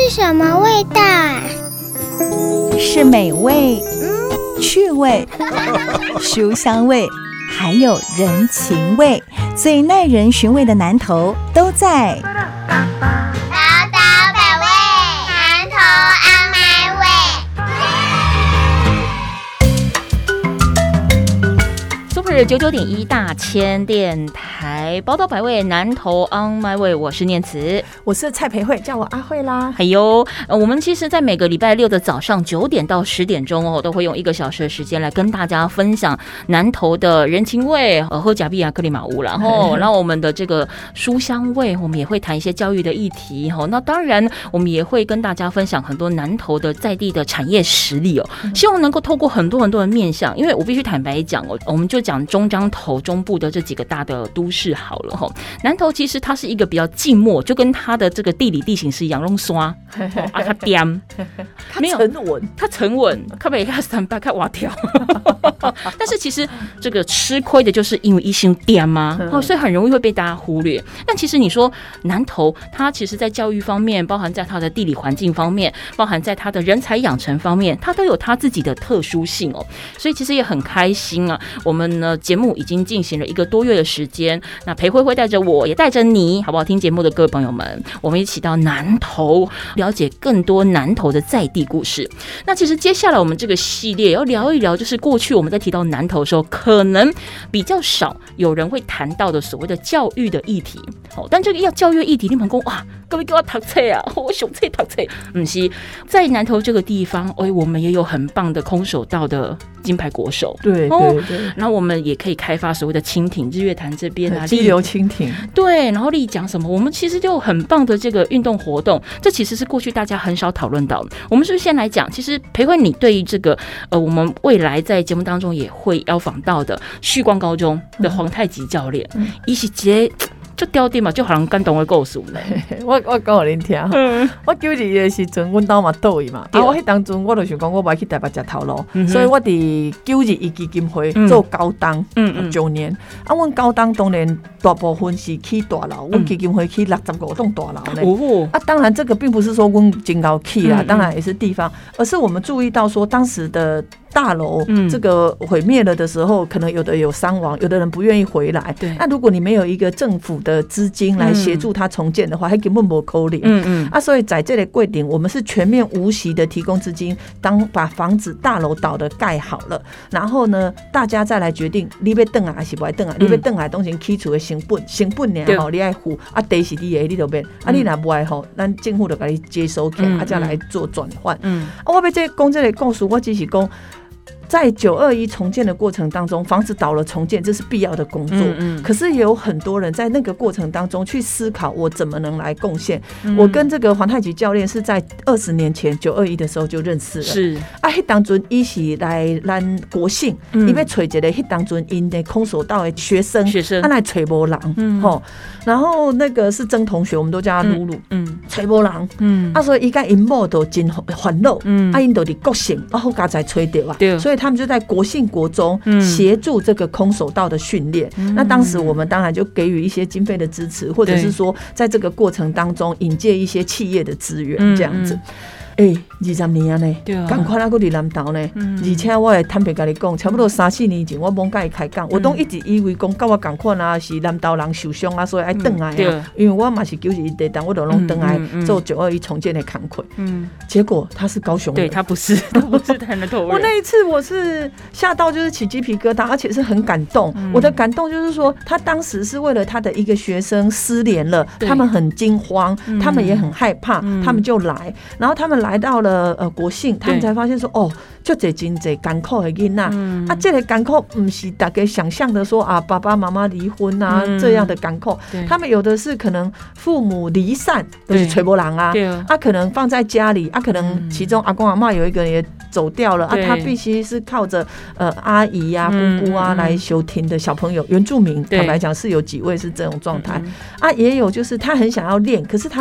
是什么味道啊？ 是美味、趣味、书香味，还有人情味，最耐人寻味的南投都在宝岛百味，南投 on my way。Super 99.1大千电台，宝岛百味，南投 on my way。我是念慈， 我是蔡培慧，叫我阿慧啦。 还有我们其实在每个礼拜六的早上9点到10点钟都会用1个小时的时间来跟大家分享南投的人情味，喝甲比亚克里马乌，然后我们的这个书香味，我们也会谈一些教育的议题。那当然我们也会跟大家分享很多南投的在地的产业实力希望能够透过很多的面向，因为我必须坦白讲我们就讲中彰投中部的这几个大的都市好了南投其实它是一个比较静默，就跟它的这个地理地形是一样，弄刷它颠，没有它沉稳，它没它三八它瓦条，但是其实这个吃亏的就是因为一心颠嘛所以很容易会被大家忽略。但其实你说南投它其实在教育方面，包含在它的地理环境方面，包含在它的人才养成方面，它都有它自己的特殊性所以其实也很开心啊。我们呢节目已经进行了1个多月的时间，那培慧会带着我，也带着你，好不好？听节目的各位朋友们，我们一起到南投了解更多南投的在地故事。那其实接下来我们这个系列要聊一聊，就是过去我们在提到南投的时候，可能比较少有人会谈到的所谓的教育的议题。但这个要教育议题，你们说哇，各位给我读册啊，我想册读册，不是在南投这个地方，我们也有很棒的空手道的金牌国手， 对对对， 然后我们也可以开发所谓的蜻蜓日月潭这边啊， 激流蜻蜓， 对，然后丽讲什么，我们其实就有很棒的这个运动活动，这其实是过去大家很少讨论到的。我们是不是先来讲，其实培慧你对于这个我们未来在节目当中也会邀访到的旭光高中的黄太极教练，一起接。就掉点嘛，就好像感动的故事呢。 我讲给恁听，我92的时阵，阮兜嘛倒伊嘛，我迄当阵我就想讲，我不要去台北食头路，所以我伫92基金会做高当9年。阮高当当然大部分是去大楼，阮基金会去65栋大楼呢。当然这个并不是说阮真高去啦，当然也是地方，而是我们注意到说当时的大楼这个毁灭了的时候，可能有的有伤亡，有的人不愿意回来。那如果你没有一个政府的资金来协助他重建的话，还根本没可能。所以在这个过程，我们是全面无息的提供资金，当把房子大楼倒的盖好了，然后呢，大家再来决定你要回来还是不要回来，你要回来当成起厝的成本呢，你要付地是你的，你就免你若不爱咱政府就给你接收起来，再来做转换。我要这讲这个故事，我只是讲。在921重建的过程当中，房子倒了重建，这是必要的工作。可是也有很多人在那个过程当中去思考，我怎么能来贡献。我跟这个黄太极教练是在20年前921的时候就认识了。是啊，迄当阵伊是来咱国信，伊要找一个迄当阵因的空手道的学生，他来找无人，然后那个是曾同学，我们都叫他露露，找无人，所以伊甲因某都真烦恼，因都伫国信，然后刚才找到啊，所以他们就在国信国中协助这个空手道的训练。那当时我们当然就给予一些经费的支持，或者是说在这个过程当中引介一些企业的资源，这样子。20年啊呢，赶快还搁伫南投呢，而且我会坦白跟你讲，差不多3-4年前我猛甲伊开讲，我都一直以为讲跟我同款啊，是南投人受伤啊，所以爱回来啊，因为我嘛是91地当，我都拢回来做921重建的工课。结果他是高雄人， 对他不是台南头人。 我那一次我是吓到就是起鸡皮疙瘩，而且是很感动。我的感动就是说，他当时是为了他的一个学生失联了，他们很惊慌，他们也很害怕，他们就来，然后他们来到了国信，他们才发现说就真多艰苦的囡仔这个艰苦不是大家想象的说爸爸妈妈离婚这样的艰苦，他们有的是可能父母离散，就是找不人可能放在家里可能其中阿公阿嬷有一个人也走掉了他必须是靠着阿姨姑姑来休庭的小朋友，原住民坦白讲是有几位是这种状态也有就是他很想要练，可是他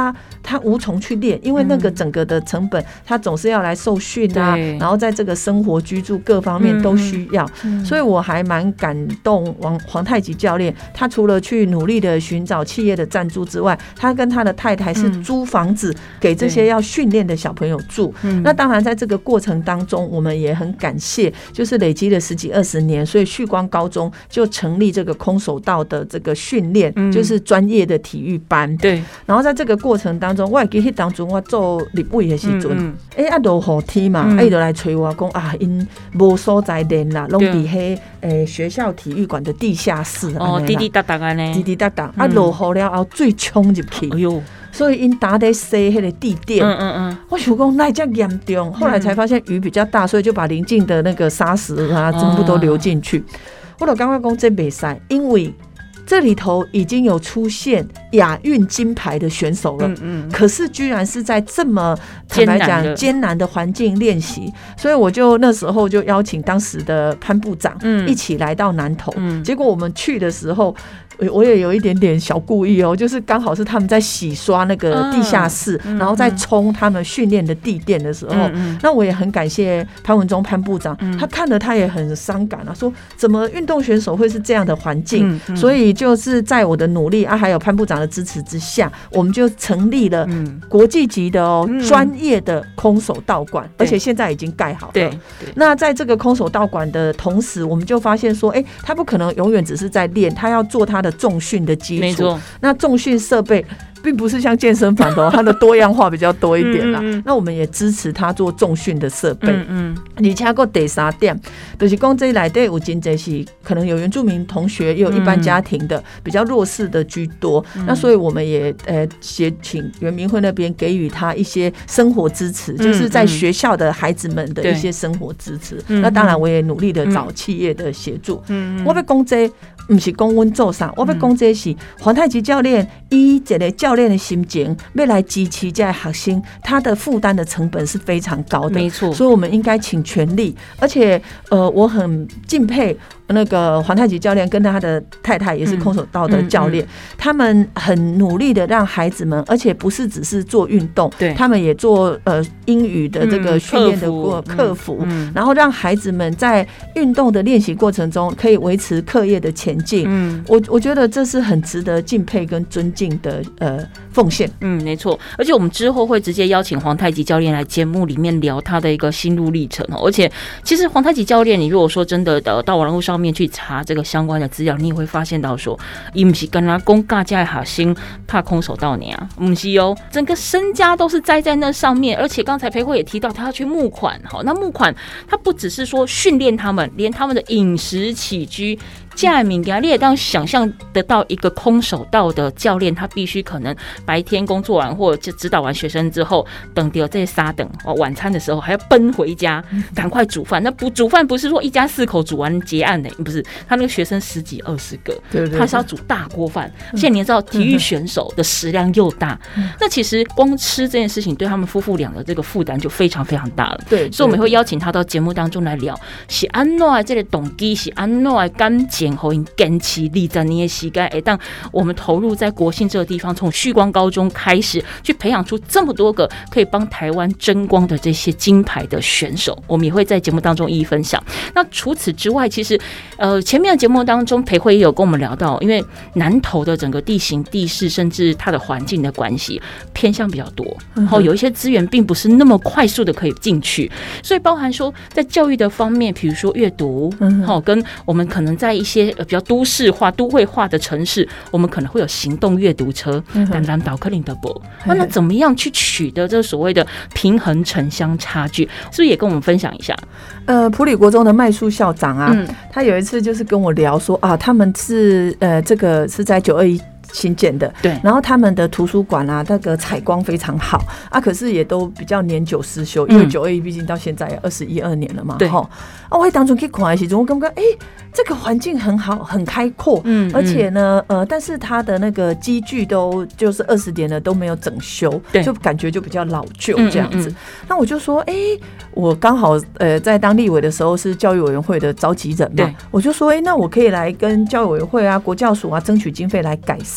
他无从去练，因为那个整个的成本，他总是要来受训啊，然后在这个生活居住各方面都需要，所以我还蛮感动黄太极教练，他除了去努力的寻找企业的赞助之外，他跟他的太太是租房子给这些要训练的小朋友住。那当然在这个过程当中，我们也很感谢，就是累积了10几20年，所以旭光高中就成立这个空手道的这个训练，就是专业的体育班。对，然后在这个过程当中，我也记得当中我做立委的时阵，落雨天嘛，伊就来催我讲啊，因无所在练啦，拢伫迄学校体育馆的地下室。 滴滴答答安尼， 滴滴答答，落雨了后水冲入去。哎呦！所以因打在洗迄个地垫，我想讲那这样严重，后来才发现雨比较大，所以就把邻近的那个沙石啊全部都流进去。我就刚刚讲这不可以，因为这里头已经有出现亚运金牌的选手了，可是居然是在这么坦白讲艰难的环境练习，所以我就那时候就邀请当时的潘部长一起来到南投，结果我们去的时候。我也有一点点小故意哦，就是刚好是他们在洗刷那个地下室，然后再冲他们训练的地垫的时候，那我也很感谢潘文忠潘部长，他看了他也很伤感啊，说怎么运动选手会是这样的环境，所以就是在我的努力啊，还有潘部长的支持之下，我们就成立了国际级的专业的空手道馆，而且现在已经盖好了。对，那在这个空手道馆的同时，我们就发现说，他不可能永远只是在练，他要做他的重训的基础，那重训设备并不是像健身房的，它的多样化比较多一点啦。那我们也支持他做重训的设备，而且还有第三点，就是说这里面有真的是可能有原住民同学，也有一般家庭的比较弱势的居多。那所以我们也请原民会那边给予他一些生活支持，就是在学校的孩子们的一些生活支持。那当然我也努力的找企业的协助。我要讲这不是讲我做啥，我要讲这是黄太极教练以一个教练的心情要来支持这些学生，他的负担的成本是非常高的，没错，所以我们应该请全力，而且我很敬佩那个黄太极教练跟他的太太也是空手道的教练，他们很努力的让孩子们，而且不是只是做运动，他们也做英语的这个训练的克服，然后让孩子们在运动的练习过程中可以维持课业的前进。我觉得这是很值得敬佩跟尊敬的奉献。 没错，而且我们之后会直接邀请黄太极教练来节目里面聊他的一个心路历程。而且其实黄太极教练，你如果说真的到网络上面去查这个相关的资料，你也会发现到说，伊不是跟他讲大家的学生怕空手道呢，不是哦，整个身家都是栽在那上面。而且刚才培慧也提到，他要去募款，好，那募款他不只是说训练他们，连他们的饮食起居。这样的物件你也当想象得到，一个空手道的教练，他必须可能白天工作完或者就指导完学生之后，等到这些沙等晚餐的时候还要奔回家，赶快煮饭。那煮饭不是说一家4口煮完结案的，不是，他那个学生10几20个，对，他是要煮大锅饭。而且你也知道，体育选手的食量又大，那其实光吃这件事情对他们夫妇俩的这个负担就非常非常大了。对，所以我们会邀请他到节目当中来聊，是安怎的这个动机，是安怎的感情。后因坚持20年的时间，当我们投入在国信这个地方，从旭光高中开始，去培养出这么多个可以帮台湾争光的这些金牌的选手，我们也会在节目当中一一分享。那除此之外，其实前面的节目当中，培慧也有跟我们聊到，因为南投的整个地形地势，甚至它的环境的关系，偏向比较多，然后有一些资源并不是那么快速的可以进去，所以包含说在教育的方面，比如说阅读，跟我们可能在一些比较都市化、都会化的城市，我们可能会有行动阅读车，但南岛克林德博，那怎么样去取得这所谓的平衡城乡差距？是不是也跟我们分享一下？ 埔里国中的麦树校长啊，他有一次就是跟我聊说啊，他们是这个是在921。新建的，对，然后他们的图书馆啊，那个采光非常好啊，可是也都比较年久失修，因为921毕竟到现在也21、22年了嘛，对，我当初去看的时候，我感觉这个环境很好，很开阔，而且呢，但是它的那个机具都就是20年了都没有整修，就感觉就比较老旧这样子。那我就说，我刚好在当立委的时候是教育委员会的召集人嘛，我就说，那我可以来跟教育委员会啊、国教署啊争取经费来改善。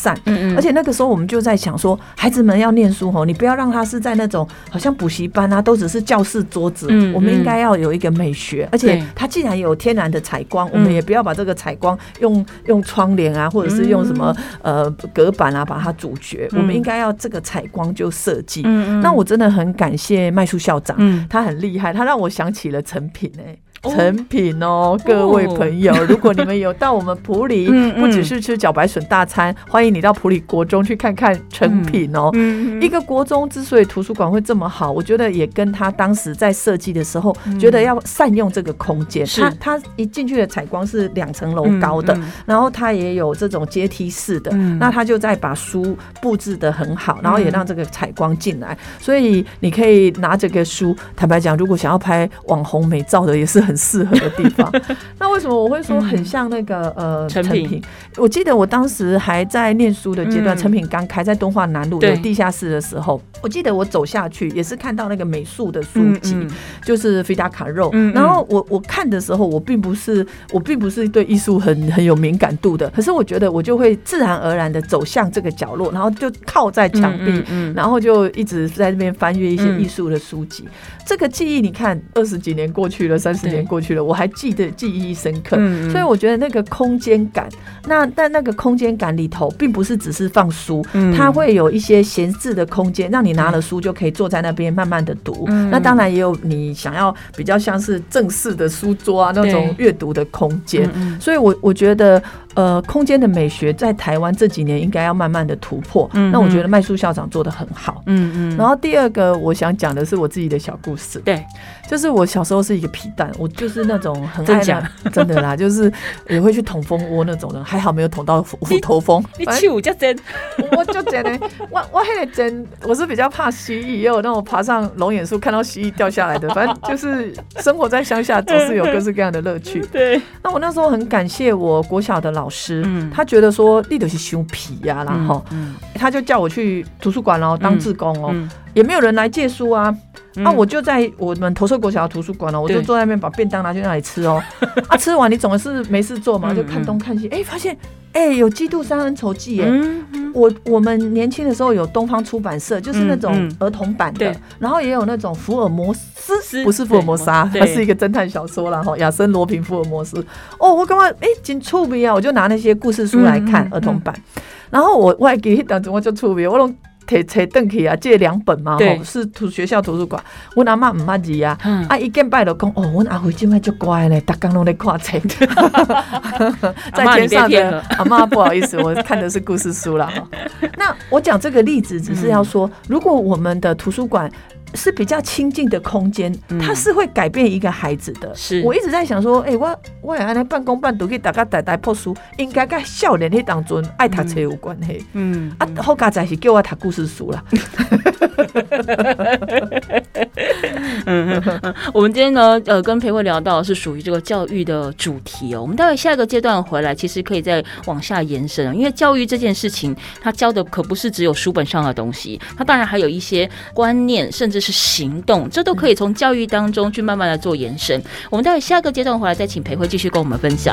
善。而且那个时候我们就在想说，孩子们要念书你不要让他是在那种好像补习班啊，都只是教室桌子，我们应该要有一个美学，而且它既然有天然的采光，我们也不要把这个采光用窗帘啊，或者是用什么隔板啊把它阻绝，我们应该要这个采光就设计。那我真的很感谢麦树校长，他很厉害，他让我想起了成品成品各位朋友，如果你们有到我们埔里，不只是吃茭白笋大餐，欢迎你到埔里国中去看看成品一个国中之所以图书馆会这么好，我觉得也跟他当时在设计的时候，觉得要善用这个空间。他一进去的采光是2层楼高的，然后他也有这种阶梯式的，那他就在把书布置得很好，然后也让这个采光进来，所以你可以拿这个书，坦白讲，如果想要拍网红美照的，也是很适合的地方。那为什么我会说很像那个成品？我记得我当时还在念书的阶段，成品刚开在敦化南路有地下室的时候，我记得我走下去也是看到那个美术的书籍，就是菲达卡肉。然后我看的时候，我并不是对艺术很有敏感度的，可是我觉得我就会自然而然的走向这个角落，然后就靠在墙壁，然后就一直在那边翻阅一些艺术的书籍。这个记忆你看20几年过去了，30年过去了，我还记忆深刻。所以我觉得那个空间感，但那个空间感里头并不是只是放书，它会有一些闲置的空间，让你拿了书就可以坐在那边慢慢的读。那当然也有你想要比较像是正式的书桌啊那种阅读的空间。所以我觉得空间的美学在台湾这几年应该要慢慢的突破。那我觉得麦树校长做得很好。然后第二个我想讲的是我自己的小故事。对，就是我小时候是一个皮蛋，我就是那种很爱真的啦，就是也会去捅蜂窝那种人，还好没有捅到虎头蜂。 你手就真， 我就真的，我那个真，我是比较怕蜥蜴，也有那种爬上龙眼树看到蜥蜴掉下来的，反正就是生活在乡下，总是有各式各样的乐趣。对，那我那时候很感谢我国小的老师，他觉得说你就是伤皮呀，然后他就叫我去图书馆当志工也没有人来借书啊。我就在我们投射国小的图书馆我就坐在那边把便当拿去那里吃吃完你总是没事做嘛，就看东看西，发现有《基督山恩仇记》我们年轻的时候有东方出版社，就是那种儿童版的，然后也有那种福尔摩斯，不是福尔摩沙，它是一个侦探小说啦，亚森罗平福尔摩斯。我感觉真趣味啊，我就拿那些故事书来看儿童版，然后我还记得当时我就趣味，我都摕回去啊，这2本嘛，是学校图书馆。我阿嬷唔捌字啊，一见拜就讲我阿辉今摆就乖嘞，大家都在看册。在天上的阿嬷，不好意思，我看的是故事书啦。那我讲这个例子，只是要说，如果我们的图书馆是比较亲近的空间，它是会改变一个孩子的。我一直在想说，我也安尼半工半读去大家带破书，应该跟少年那当中爱读册有关系。好家在是叫我读故事书啦。 我们今天呢，跟培慧聊到的是属于这个教育的主题我们待会下一个阶段回来，其实可以再往下延伸因为教育这件事情，它教的可不是只有书本上的东西，它当然还有一些观念，甚至是行动，这都可以从教育当中去慢慢的做延伸。我们待会下个阶段回来，再请培慧继续跟我们分享。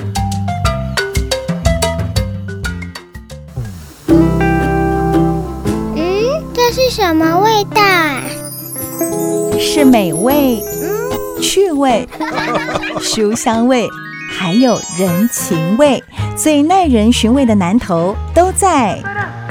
这是什么味道啊？ 是美味、趣味、书香味，还有人情味，最耐人寻味的南投都在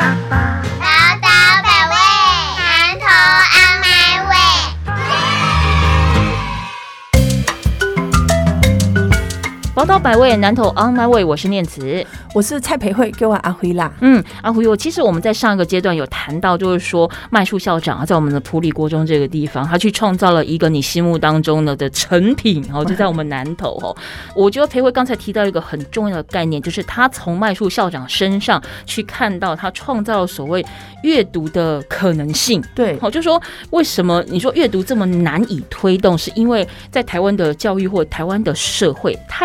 宝岛百味，南投 on my way， 我是念慈， 我是蔡培慧，给我阿辉啦。 阿辉，其实我们在上一个阶段有谈到，就是说麦树校长在我们的埔里国中这个地方，他去创造了一个你心目当中的成品就在我们南投我觉得培慧刚才提到一个很重要的概念，就是他从麦树校长身上去看到他创造了所谓阅读的可能性。对，就是说为什么你说阅读这么难以推动，是因为在台湾的教育或台湾的社会太容易把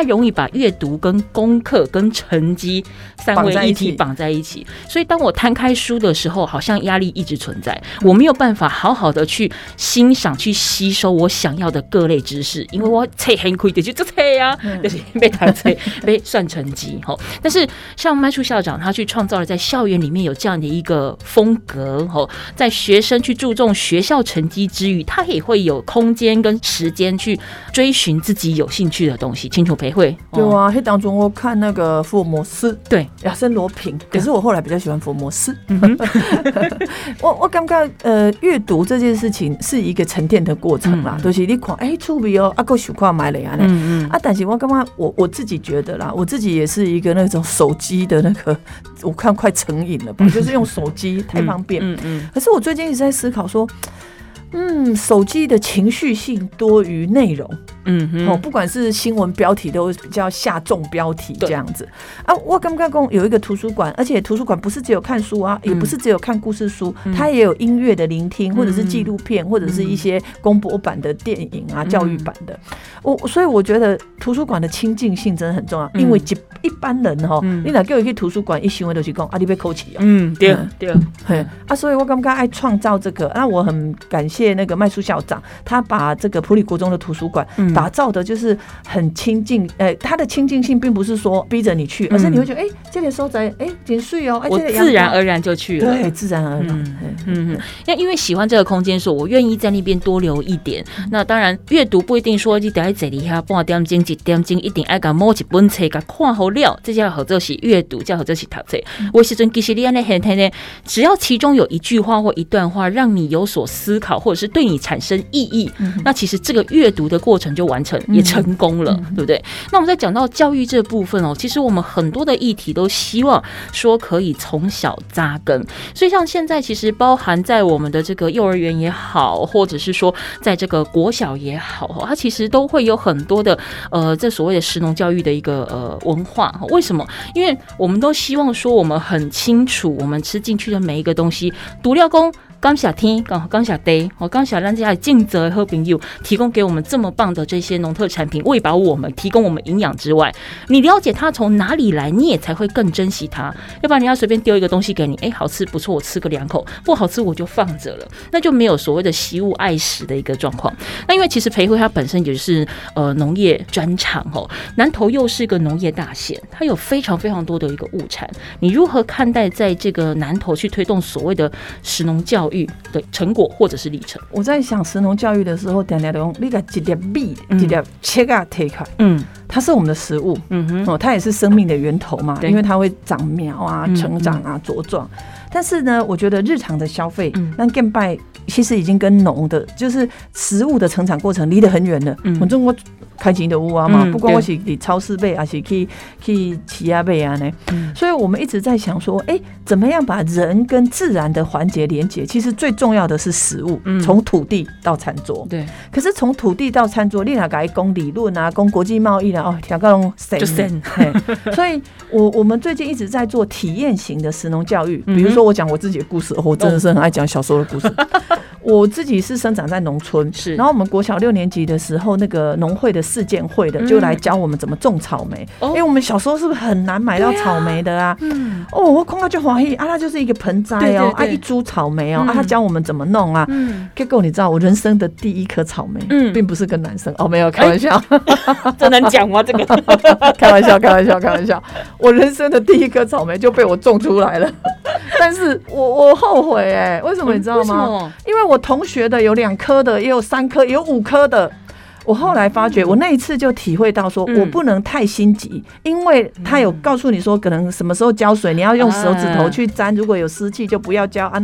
把阅读跟功课跟成绩三位一体绑在一起，所以当我摊开书的时候，好像压力一直存在，我没有办法好好的去欣赏、去吸收我想要的各类知识，因为我册很开，就这册啊，就是被读册、被算成绩。但是像麦树校长，他去创造了在校园里面有这样的一个风格，在学生去注重学校成绩之余，他也会有空间跟时间去追寻自己有兴趣的东西。清楚培慧， 对啊，那当中我看那个福尔摩斯， 对， 亚森罗平，可是我后来比较喜欢福尔摩斯。我感觉阅读这件事情是一个沉淀的过程啦，就是你看趣味哦，还想看买了呀但是我感觉我自己觉得啦，我自己也是一个那种手机的那个，我看快成瘾了吧，就是用手机太方便。可是我最近一直在思考说，手机的情绪性多于内容。不管是新闻标题都比较下重标题这样子啊。我刚刚讲有一个图书馆，而且图书馆不是只有看书啊，也不是只有看故事书，它也有音乐的聆听，或者是纪录片，或者是一些公播版的电影啊，教育版的。所以我觉得图书馆的亲近性真的很重要，因为一般人你哪叫去图书馆一行为都去讲啊，你被扣起啊。对啊，所以我刚刚爱创造这个，那我很感谢那个麦树校长，他把这个埔里国中的图书馆打造的就是很亲近，他的亲近性并不是说逼着你去，而是你会觉得这个所在真水哦， 我自然而然就去了， 对，自然而然。 因为喜欢这个空间，所以我愿意在那边多留一点。那当然，阅读不一定说你得在这里下半点钟、一点钟，一定爱甲摸一本册甲看好了，这叫合作是阅读，叫合作是读册。我时阵其实你安尼很呢，只要其中有一句话或一段话让你有所思考，或者是对你产生意义，那其实这个阅读的过程就完成，也成功了，对不对？那我们在讲到教育这部分其实我们很多的议题都希望说可以从小扎根，所以像现在其实包含在我们的这个幼儿园也好，或者是说在这个国小也好，它其实都会有很多的这所谓的食农教育的一个文化。为什么？因为我们都希望说我们很清楚我们吃进去的每一个东西，毒料工感谢天，感谢地，感谢咱这些尽责的好朋友提供给我们这么棒的这些农特产品，喂饱我们，提供我们营养之外，你了解它从哪里来，你也才会更珍惜它。要不然你要随便丢一个东西给你，好吃不错，我吃个2口，不好吃我就放着了，那就没有所谓的惜物爱食的一个状况。那因为其实培慧它本身也是农业专长南投又是一个农业大县，它有非常非常多的一个物产。你如何看待在这个南投去推动所谓的食农教育的成果或者是历程？ 我在想食农教育的时候，常常都用你把一粒米、一粒切啊推开，它是我们的食物，它也是生命的源头嘛，因为它会长苗啊、成长啊、茁壮。但是呢，我觉得日常的消费，那更拜其实已经跟农的，就是食物的成长过程离得很远了。我中国开钱的屋啊嘛，不管我是去超市买，还是去企业买啊呢。所以我们一直在想说，怎么样把人跟自然的环节连结？其实最重要的是食物，从土地到餐桌。对。可是从土地到餐桌，你哪该讲理论啊，讲国际贸易啊，听到拢就神。所以我们最近一直在做体验型的食农教育，比如说我讲我自己的故事，我真的是很爱讲小时候的故事。我自己是生长在农村，然后我们国小6年级的时候，那个农会的世建会的就来教我们怎么种草莓。因为我们小时候是不是很难买到草莓的啊？我看到就欢喜啊，它就是一个盆栽一株草莓他教我们怎么弄啊。结果你知道，我人生的第一颗草莓，并不是跟男生没有开玩笑， 这能讲吗？这个开玩笑，我人生的第一颗草莓就被我种出来了。但是我后悔为什么你知道吗？因为我同学的有2颗的，也有3颗，也有5颗的。我后来发觉，我那一次就体会到说，我不能太心急，因为他有告诉你说，可能什么时候浇水，你要用手指头去沾，如果有湿气就不要浇。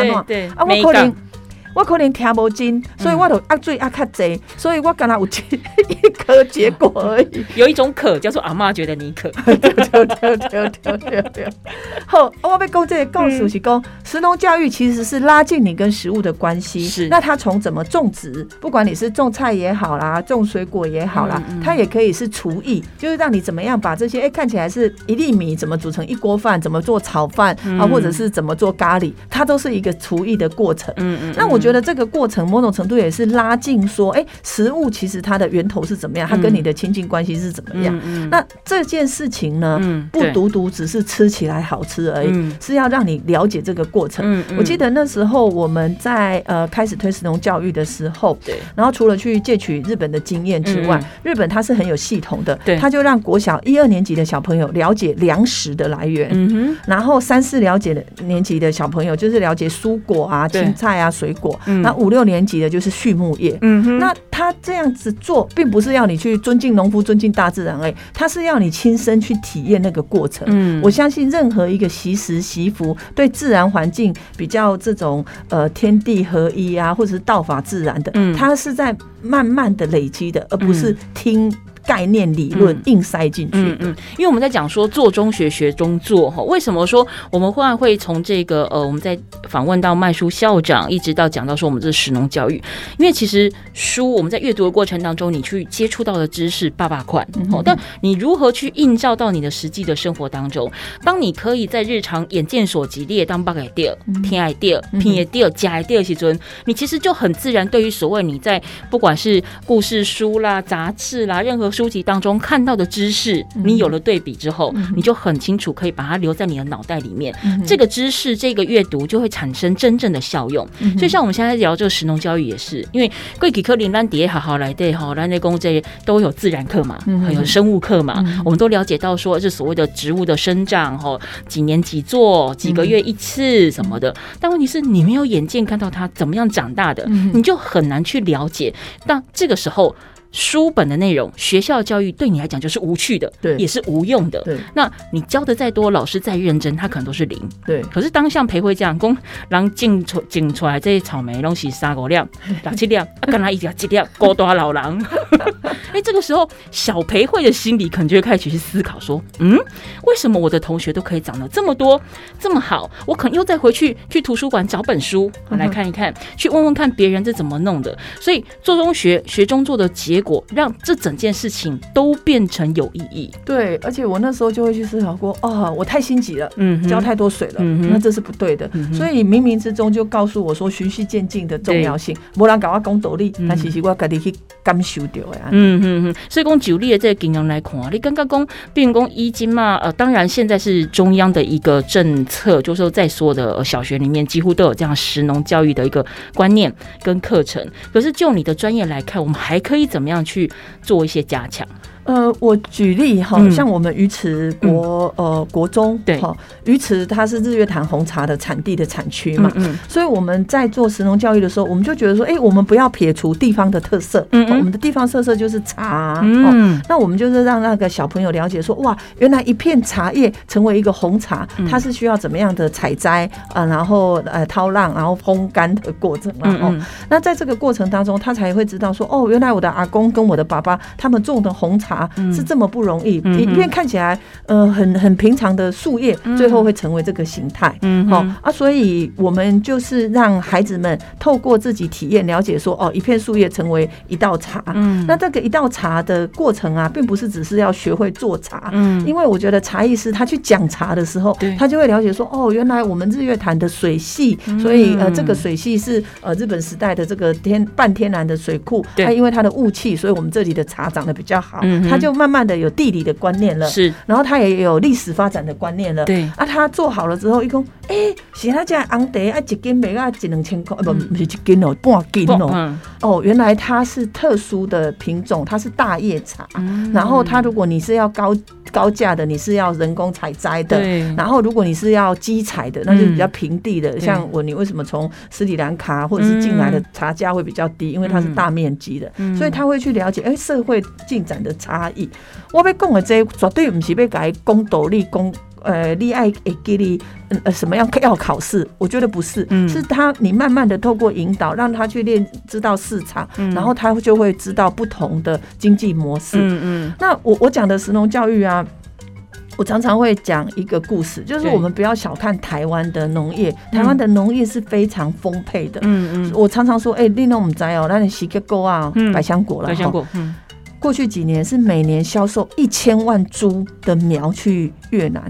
我可能听不进，所以我就压水压较多，所以我刚才有一颗结果而已。 有一种渴叫做阿嬷觉得你渴。 对。好，我要讲这个告诉是讲，食农教育其实是拉近你跟食物的关系。是，那它从怎么种植，不管你是种菜也好啦，种水果也好啦，它也可以是厨艺，就是让你怎么样把这些看起来是1粒米怎么煮成1锅饭，怎么做炒饭啊，或者是怎么做咖喱，它都是一个厨艺的过程。那我觉得觉得这个过程某种程度也是拉近说，食物其实它的源头是怎么样，它跟你的亲近关系是怎么样。那这件事情呢，不独独只是吃起来好吃而已，是要让你了解这个过程。我记得那时候我们在开始推食农教育的时候，然后除了去借取日本的经验之外，日本它是很有系统的，它就让国小1、2年级的小朋友了解粮食的来源，然后3、4了解的年级的小朋友就是了解蔬果啊、青菜啊、水果，那5、6年级的就是畜牧业。那他这样子做，并不是要你去尊敬农夫、尊敬大自然而已，他是要你亲身去体验那个过程。我相信任何一个习食习福，对自然环境比较这种天地合一啊，或者是道法自然的，它是在慢慢的累积的，而不是听概念理论硬塞进去的。 因为我们在讲说做中学学中做，为什么说我们忽然会从这个我们在访问到麦书校长，一直到讲到说我们这食农教育，因为其实书我们在阅读的过程当中，你去接触到的知识爸爸款，但你如何去映照到你的实际的生活当中，当你可以在日常眼见所及，你也当爸给掉、听爱掉、拼也掉、加爱掉的时候，你其实就很自然对于所谓你在不管是故事书啦、杂志啦、任何书籍当中看到的知识，你有了对比之后，你就很清楚可以把它留在你的脑袋里面。这个知识、这个阅读就会产生真正的效用。所以像我们现在聊这个食农教育也是，因为贵几科林兰蝶好好来对哈，兰内公这都有自然课嘛，还有生物课嘛，我们都了解到说这所谓的植物的生长哈，几年几做，几个月一次什么的。但问题是你没有眼见看到它怎么样长大的，你就很难去了解。但这个时候，书本的内容，学校教育对你来讲就是无趣的，也是无用的。那你教的再多，老师再认真，他可能都是零。可是当像培慧这样，讲人种出来这些草莓，拢是3、5粒、6、7粒，跟他一粒、1粒，高大老人。这个时候小培慧的心里可能就会开始去思考说，为什么我的同学都可以长得这么多这么好，我可能又再回去图书馆找本书来看一看，去问问看别人是怎么弄的。所以做中学学中做的结果，让这整件事情都变成有意义。 对，而且我那时候就会去思考过，我太心急了，浇太多水了，那这是不对的。所以冥冥之中就告诉我说，循序渐进的重要性。没人跟我讲道理，但其实我自己去感受到的。 所以讲就你的这个经验来看，你刚刚讲，比如讲依今嘛，当然现在是中央的一个政策，就是说在所有的小学里面几乎都有这样食农教育的一个观念跟课程。可是就你的专业来看，我们还可以怎么样去做一些加强？ 我举例哈，像我们鱼池国中，对，鱼池它是日月潭红茶的产地的产区嘛，所以我们在做食农教育的时候，我们就觉得说，我们不要撇除地方的特色，我们的地方特色就是茶，那我们就是让那个小朋友了解说，哇，原来一片茶叶成为一个红茶，它是需要怎么样的采摘然后掏浪，然后烘干的过程那在这个过程当中，他才会知道说，原来我的阿公跟我的爸爸他们种的红茶是这么不容易，因为看起来很平常的树叶，最后会成为这个形态。所以我们就是让孩子们透过自己体验了解说，一片树叶成为一道茶。那这个一道茶的过程啊，并不是只是要学会做茶，因为我觉得茶艺师他去讲茶的时候，他就会了解说，原来我们日月潭的水系，所以这个水系是日本时代的这个半天然的水库，它因为它的雾气，所以我们这里的茶长得比较好。他就慢慢的有地理的观念了，是，然后他也有历史发展的观念了，对他做好了之后，一讲，是他家红茶一斤卖到1-2千块，不是一斤哦，半斤哦，原来它是特殊的品种，它是大叶茶，然后它如果你是要高价的，你是要人工采摘的，然后如果你是要机采的，那就比较平地的，像你为什么从斯里兰卡或者是进来的茶价会比较低，因为它是大面积的，所以他会去了解社会进展的差异。我要讲的这绝对不是要给他讲道理，讲你爱给你什么样要考试，我觉得不是，是你慢慢的透过引导，让他去知道市场，然后他就会知道不同的经济模式。那我讲的食农教育啊，我常常会讲一个故事，就是我们不要小看台湾的农业，台湾的农业是非常丰沛的。我常常说，你都不知道，那你西结果啊，百香果了，百香果，过去几年是每年销售1000万株的苗去越南。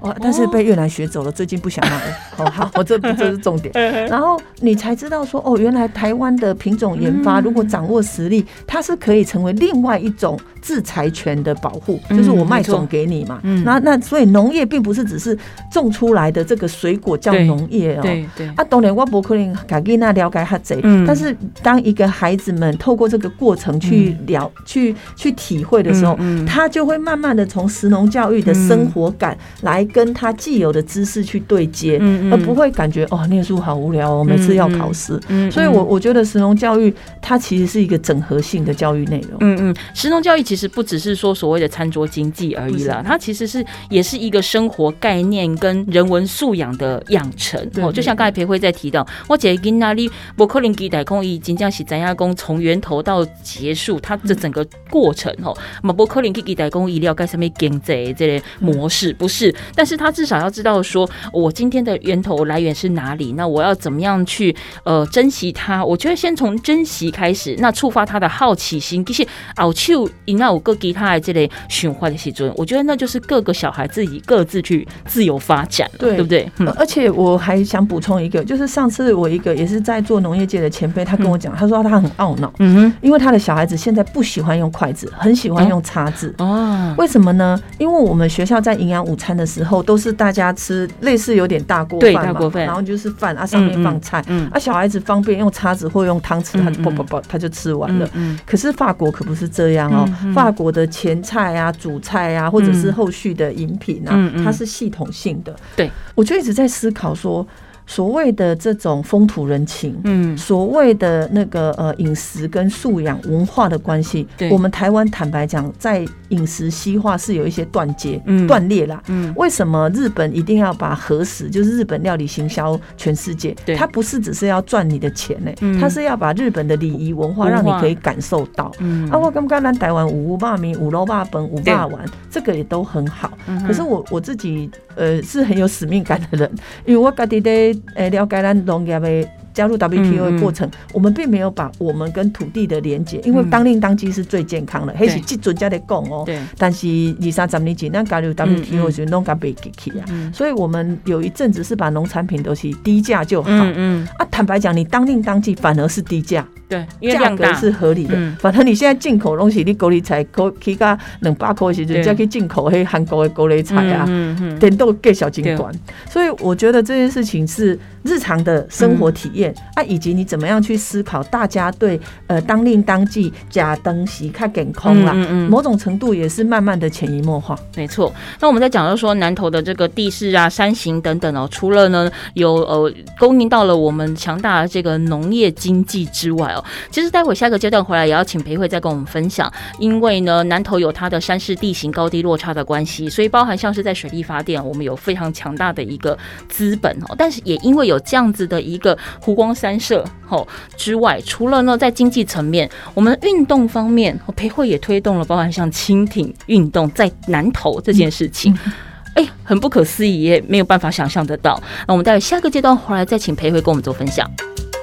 但是被越南学走了，最近不想买。好，这是重点。然后你才知道说，原来台湾的品种研发，如果掌握实力，它是可以成为另外一种制裁权的保护，就是我卖种给你嘛。那所以农业并不是只是种出来的这个水果叫农业哦。 对。 当然我不可能给囡仔了解较多，但是当一个孩子们透过这个过程去体会的时候，他就会慢慢的从食农教育的生活感来跟他既有的知识去对接，而不会感觉念书好无聊哦，每次要考试。所以我觉得食农教育它其实是一个整合性的教育内容。 食农教育其实不只是说所谓的餐桌经济而已啦，它其实也是一个生活概念跟人文素养的养成。就像刚才培慧在提到，我觉得囡仔你不可能期待说他真的是知道说从源头到结束，它这整个过程不可能去期待说他了解什么经济这类模式，不是。但是他至少要知道说，我今天的源头来源是哪里，那我要怎么样去珍惜它。我觉得先从珍惜开始，那触发他的好奇心。其实后手应该有个其他的这类循环的时阵，我觉得那就是各个小孩自己各自去自由发展，对不对？ 而且我还想补充一个，就是上次我一个也是在做农业界的前辈，他跟我讲，他说他很懊恼，因为他的小孩子现在不喜欢用筷子，很喜欢用叉子。为什么呢？因为我们学校在营养午餐的时候，都是大家吃类似有点大锅饭嘛，然后就是饭上面放菜，小孩子方便用叉子或用汤匙，他就吃完了。可是法国可不是这样哦，法国的前菜啊、主菜啊，或者是后续的饮品啊，它是系统性的。 对， 我就一直在思考说，所谓的这种风土人情，所谓的那个饮食跟素养文化的关系，我们台湾坦白讲，在饮食西化是有一些断裂啦。为什么日本一定要把和食，就是日本料理行销全世界？它不是只是要赚你的钱它是要把日本的礼仪文化让你可以感受到。我感觉咱台湾有肉面、有肉肉饭、有肉丸，这个也都很好。可是我自己是很有使命感的人，因为我自己在了解咱农业的加入 WTO 的过程，我们并没有把我们跟土地的连结，因为当令当季是最健康的，那是这阵才在讲哦。但是20-30年前，咱加入 WTO 的时候，拢甲袂记起啊。所以我们有一阵子是把农产品都是低价就好。坦白讲，你当令当季反而是低价。 对，因为价格是合理的。反正你现在进口东西，你高丽菜起价200块的时候，再去进口黑韩国的高丽菜啊，点都更小金管。所以我觉得这件事情是日常的生活体验以及你怎么样去思考，大家对当令当季吃东西较健康啦，某种程度也是慢慢的潜移默化。 没错。那我们在讲到说南投的这个地势啊、山形等等除了呢有供应到了我们强大的这个农业经济之外其实待会下个阶段回来也要请培慧再跟我们分享，因为呢南投有它的山势地形高低落差的关系，所以包含像是在水力发电，我们有非常强大的一个资本但是也因为有这样子的一个湖光山色之外，除了呢在经济层面，我们运动方面培慧也推动了包含像轻艇运动在南投这件事情。很不可思议，也没有办法想象得到。那我们待会下个阶段回来再请培慧跟我们做分享。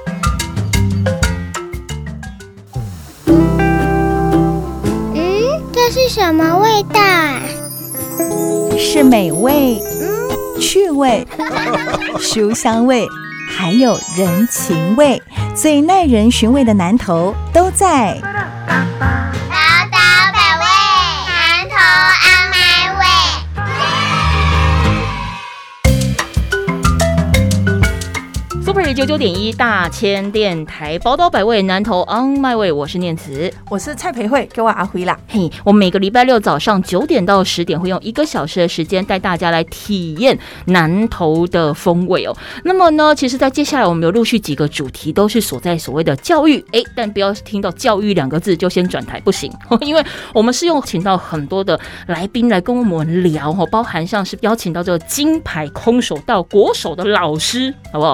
这是什么味道啊？ 是美味、趣味、书香味，还有人情味，最耐人寻味的南投都在宝岛百味，南投 on my way。Super 99.1大千电台，宝岛百味，南投 on my way， 我是念慈， 我是蔡培慧，给我阿辉啦。 我们每个礼拜六早上9点到10点，会用1个小时的时间带大家来体验南投的风味那么呢，其实在接下来我们有陆续几个主题都是所在所谓的教育，但不要听到教育2个字就先转台，不行，因为我们是请到很多的来宾来跟我们聊包含像是邀请到这个金牌空手道国手的老师，好不好？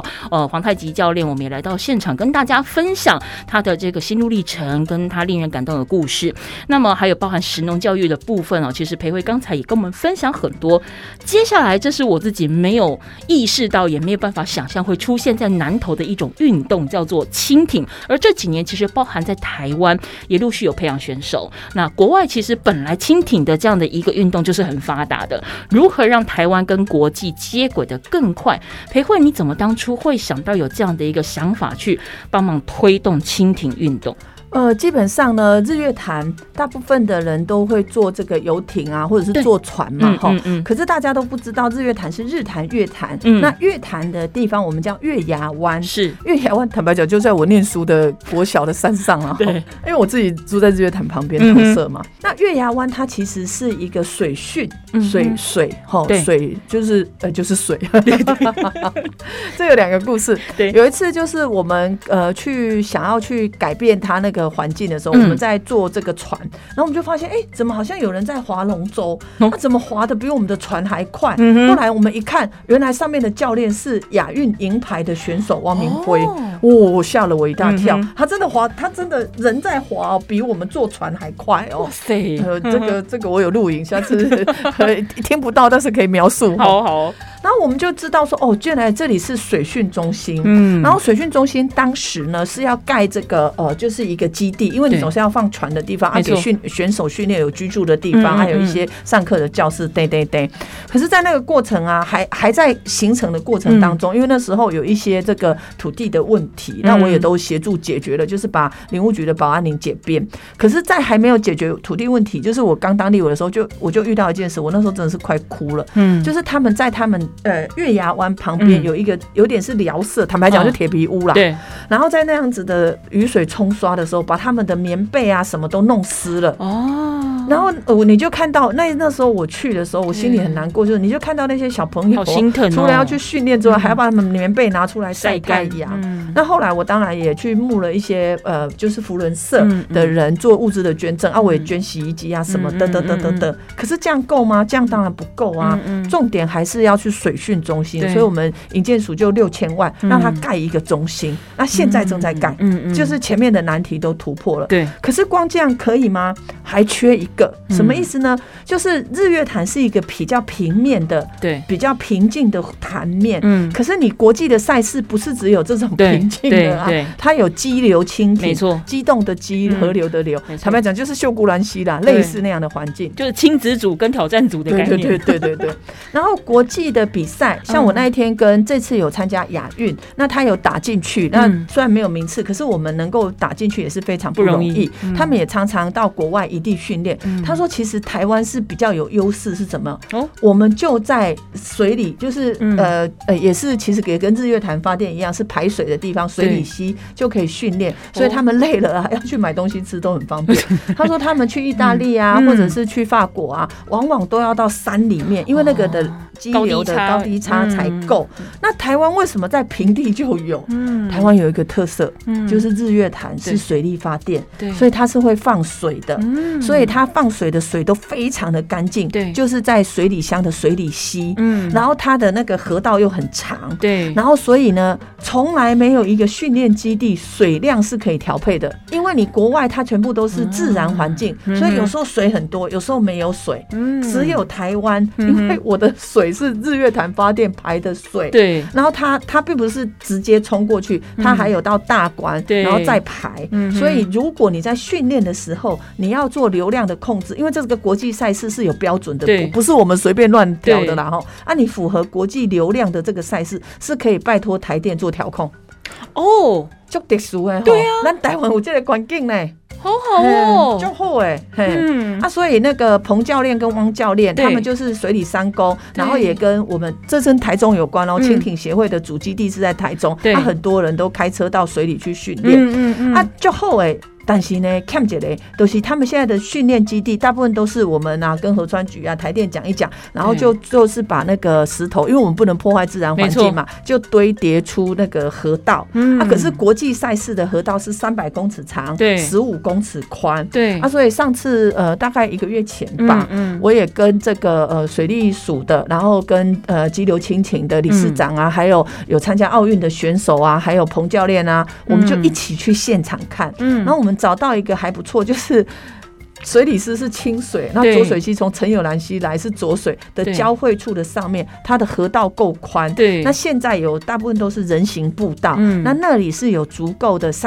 黄太极教练，我们也来到现场跟大家分享他的这个心路历程跟他令人感动的故事。那么还有包含食农教育的部分其实培慧刚才也跟我们分享很多。接下来这是我自己没有意识到也没有办法想象会出现在南投的一种运动，叫做轻艇。而这几年其实包含在台湾也陆续有培养选手，那国外其实本来轻艇的这样的一个运动就是很发达的，如何让台湾跟国际接轨的更快？培慧你怎么当初会想到有这样的一个想法去帮忙推动轻艇运动？ 基本上呢，日月潭大部分的人都会坐这个游艇啊，或者是坐船嘛，可是大家都不知道日月潭是日潭月潭，那月潭的地方我们叫月牙湾，是月牙湾。坦白讲，就在我念书的国小的山上啊，对，因为我自己住在日月潭旁边投射嘛。那月牙湾它其实是一个水汛，水就是水。这有2个故事，有一次就是我们想要去改变它那个环境的时候，我们在坐这个船，然后我们就发现，怎么好像有人在划龙舟，怎么划的比我们的船还快？后来我们一看，原来上面的教练是亚运银牌的选手汪明辉，吓了我一大跳。他真的人在划，比我们坐船还快哦。哇塞，这个我有录影，下次听不到，但是可以描述。好。然后我们就知道说，原来这里是水训中心。然后水训中心当时呢是要盖这个就是一个基地，因为你总是要放船的地方，给选手训练有居住的地方，还有一些上课的教室。对。可是，在那个过程啊，还在形成的过程当中，因为那时候有一些这个土地的问题，那我也都协助解决了，就是把林务局的保安林解编。可是，在还没有解决土地问题，就是我刚当立委的时候，我就遇到一件事，我那时候真的是快哭了。就是他们在他们月牙湾旁边有一个有点是寮舍，坦白讲就铁皮屋啦。对。然后在那样子的雨水冲刷的时候，把他们的棉被啊什么都弄湿了。然后你就看到那时候我去的时候，我心里很难过，就是你就看到那些小朋友，好心疼除了要去训练之外，还要把他们棉被拿出来晒太阳。那后来我当然也去募了一些就是扶轮社的人做物资的捐赠我也捐洗衣机啊什么的。可是这样够吗？这样当然不够啊。重点还是要去水训中心，所以我们营建署就6000万让他盖一个中心。那现在正在盖，就是前面的难题都突破了。对。可是光这样可以吗？还缺一个，什么意思呢？就是日月潭是一个比较平面的，对，比较平静的潭面。可是你国际的赛事不是只有这种平静的啊，它有激流轻艇，没错，激动的激，河流的流。坦白讲，就是秀姑兰溪啦，类似那样的环境， 就是亲子组跟挑战组的概念。 对。然后国际的比赛，像我那一天跟这次有参加亚运，那他有打进去，那虽然没有名次，可是我们能够打进去也是非常不容易。他们也常常到国外异地训练。他说，其实台湾是比较有优势，是怎么？我们就在水里，就是也是其实也跟日月潭发电一样，是排水的地方，水里溪就可以训练。所以他们累了要去买东西吃都很方便。他说他们去意大利啊，或者是去法国啊，往往都要到山里面，因为那个的激流的高低差才够。那台湾为什么在平地就有？台湾有一个特色，就是日月潭是水力发电，所以它是会放水的，所以它放水的水都非常的干净，就是在水里乡的水里溪，然后它的那个河道又很长，然后所以呢，从来没有一个训练基地水量是可以调配的，因为你国外它全部都是自然环境，所以有时候水很多，有时候没有水，只有台湾，因为我的水是日月潭发电排的水，然后它并不是直接冲过去，它还有到大管，然后再排，所以如果你在训练的时候，你要做流量的控制，因为这个国际赛事是有标准的，不是我们随便乱调的啦。你符合国际流量的这个赛事，是可以拜托台电做调控。很特殊的，对啊，咱台湾有这个环境呢。 好好哦， 就好哎，所以那个彭教练跟汪教练，他们就是水里三公，然后也跟我们这跟台中有关哦。轻艇协会的主基地是在台中，很多人都开车到水里去训练，就好哎。 但是呢，欠一个就是他们现在的训练基地，大部分都是我们跟河川局台电讲一讲，然后就是把那个石头，因为我们不能破坏自然环境嘛，就堆叠出那个河道。可是国际赛事的河道是300公尺长，15公尺宽。对所以上次大概1个月前吧，我也跟这个水利署的，然后跟激流亲情的理事长还有参加奥运的选手还有彭教练我们就一起去现场看。然后我们找到一个还不错，就是水里斯是清水，那浊水溪从陈有兰溪来是浊水的交汇处的上面，它的河道够宽。对，那现在有大部分都是人行步道，那里是有足够的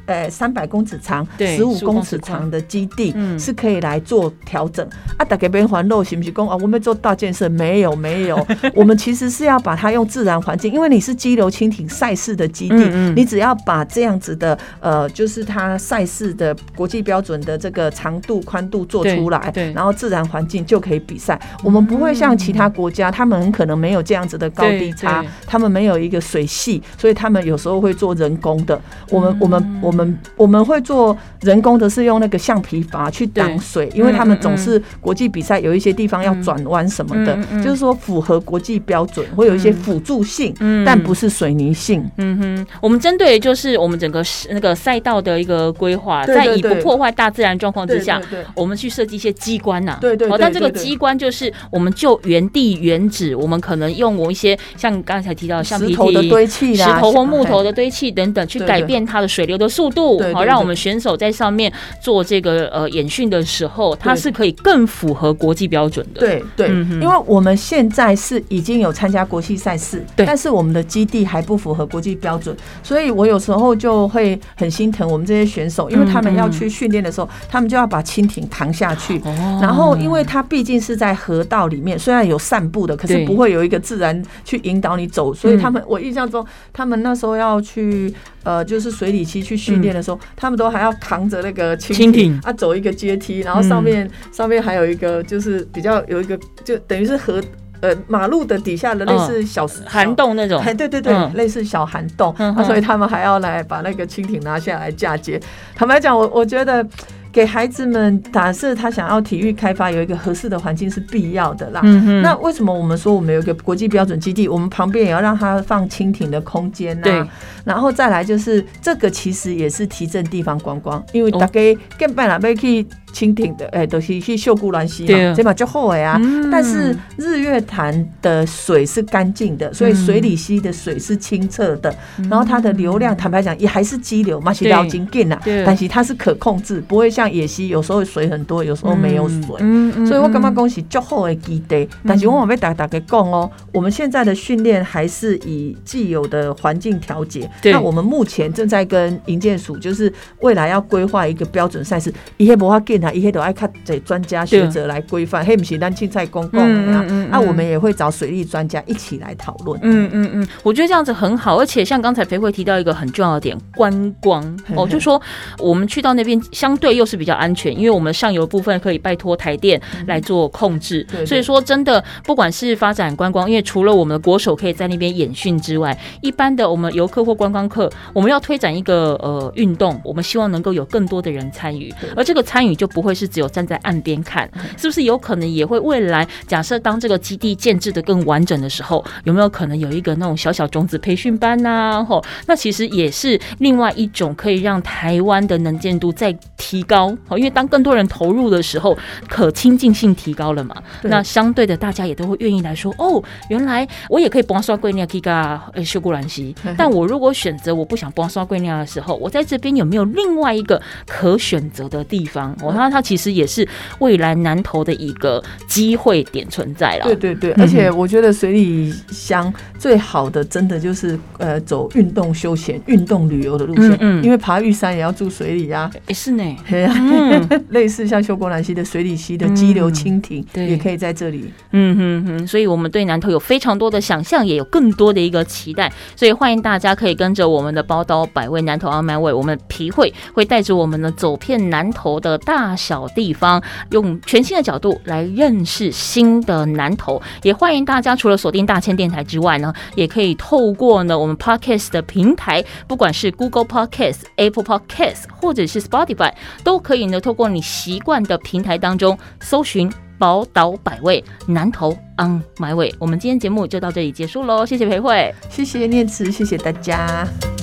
300公尺长、15公尺长的基地，是可以来做调整。大家边环路是不是说我们做大建设？没有，我们其实是要把它用自然环境，因为你是激流蜻蜓赛事的基地，你只要把这样子的就是它赛事的国际标准的这个长度、宽度做出来，然后自然环境就可以比赛。我们不会像其他国家，他们很可能没有这样子的高低差，他们没有一个水系，所以他们有时候会做人工的。我们会做人工的，是用那个橡皮筏去挡水，因为他们总是国际比赛有一些地方要转弯什么的，就是说符合国际标准，会有一些辅助性，但不是水泥性。 我们针对就是我们整个那个赛道的一个规划，在以不破坏大自然状况之下，我们去设计一些机关但这个机关就是我们就原地原址，我们可能用我一些像刚才提到橡皮石头的堆砌石头或木头的堆砌等等，去改变它的水流的速度，让我们选手在上面做这个演训的时候，它是可以更符合国际标准的。 对，因为我们现在是已经有参加国际赛事，但是我们的基地还不符合国际标准，所以我有时候就会很心疼我们这些选手，因为他们要去训练的时候，他们就要把蜻蜓扛下去，然后因为它毕竟是在河道里面，虽然有散步的，可是不会有一个自然去引导你走，所以我印象中他们那时候要去就是水里溪去训练的时候，他们都还要扛着那个蜻蜓走一个阶梯，然后上面还有一个就是比较有一个就等于是马路的底下的类似小涵洞那种， 对，类似小涵洞，所以他们还要来把那个蜻蜓拿下来嫁接。坦白讲，我觉得给孩子们假设他想要体育开发有一个合适的环境是必要的啦。那为什么我们说我们有一个国际标准基地，我们旁边也要让他放蜻蜓的空间啊？然后再来就是这个其实也是提振地方观光，因为大家更办啦，要去蜻蜓的，就是去秀姑兰溪嘛，这嘛就好的啊。但是日月潭的水是干净的，所以水里溪的水是清澈的，然后它的流量坦白讲也还是激流嘛，是流真紧啦，但是它是可控制，不会像野溪有时候水很多，有时候没有水。所以我感觉讲是很好的基地，但是我要大家讲我们现在的训练还是以既有的环境调节。那我们目前正在跟营建署，就是未来要规划一个标准赛事，伊迄无法紧啊，伊迄都爱靠这专家学者来规范，迄不是咱凊彩公共的我们也会找水利专家一起来讨论。 我觉得这样子很好，而且像刚才培慧提到一个很重要的点，观光就说我们去到那边相对又是比较安全，因为我们上游部分可以拜托台电来做控制，所以说真的不管是发展观光，因为除了我们的国手可以在那边演训之外，一般的我们游客或观光客，我们要推展一个运动，我们希望能够有更多的人参与，而这个参与就不会是只有站在岸边看，是不是有可能也会未来假设当这个基地建制的更完整的时候，有没有可能有一个那种小小种子培训班啊？那其实也是另外一种可以让台湾的能见度再提高，因为当更多人投入的时候，可亲近性提高了嘛，那相对的大家也都会愿意来说，原来我也可以帮刷贵鸟去噶秀姑兰溪，但我如果选择我不想帮刷贵鸟的时候，我在这边有没有另外一个可选择的地方？那它其实也是未来南投的一个机会点存在了。 对，而且我觉得水里乡最好的真的就是走运动休闲、运动旅游的路线，因为爬玉山也要住水里啊， 是呢， 类似像秀姑兰溪的水里溪的激流蜻蜓也可以在这里。 所以我们对南投有非常多的想象，也有更多的一个期待，所以欢迎大家可以跟着我们的宝岛百味南投阿麦味，我们皮会带着我们呢走遍南投的大小地方，用全新的角度来认识新的南投。也欢迎大家除了锁定大千电台之外呢，也可以透过呢我们 Podcast 的平台，不管是 Google Podcast、Apple Podcast 或者是 Spotify， 都可以呢透过你习惯的平台当中搜寻宝岛百味南投 on my way。我们今天节目就到这里结束喽，谢谢培慧， 谢谢念慈，谢谢大家。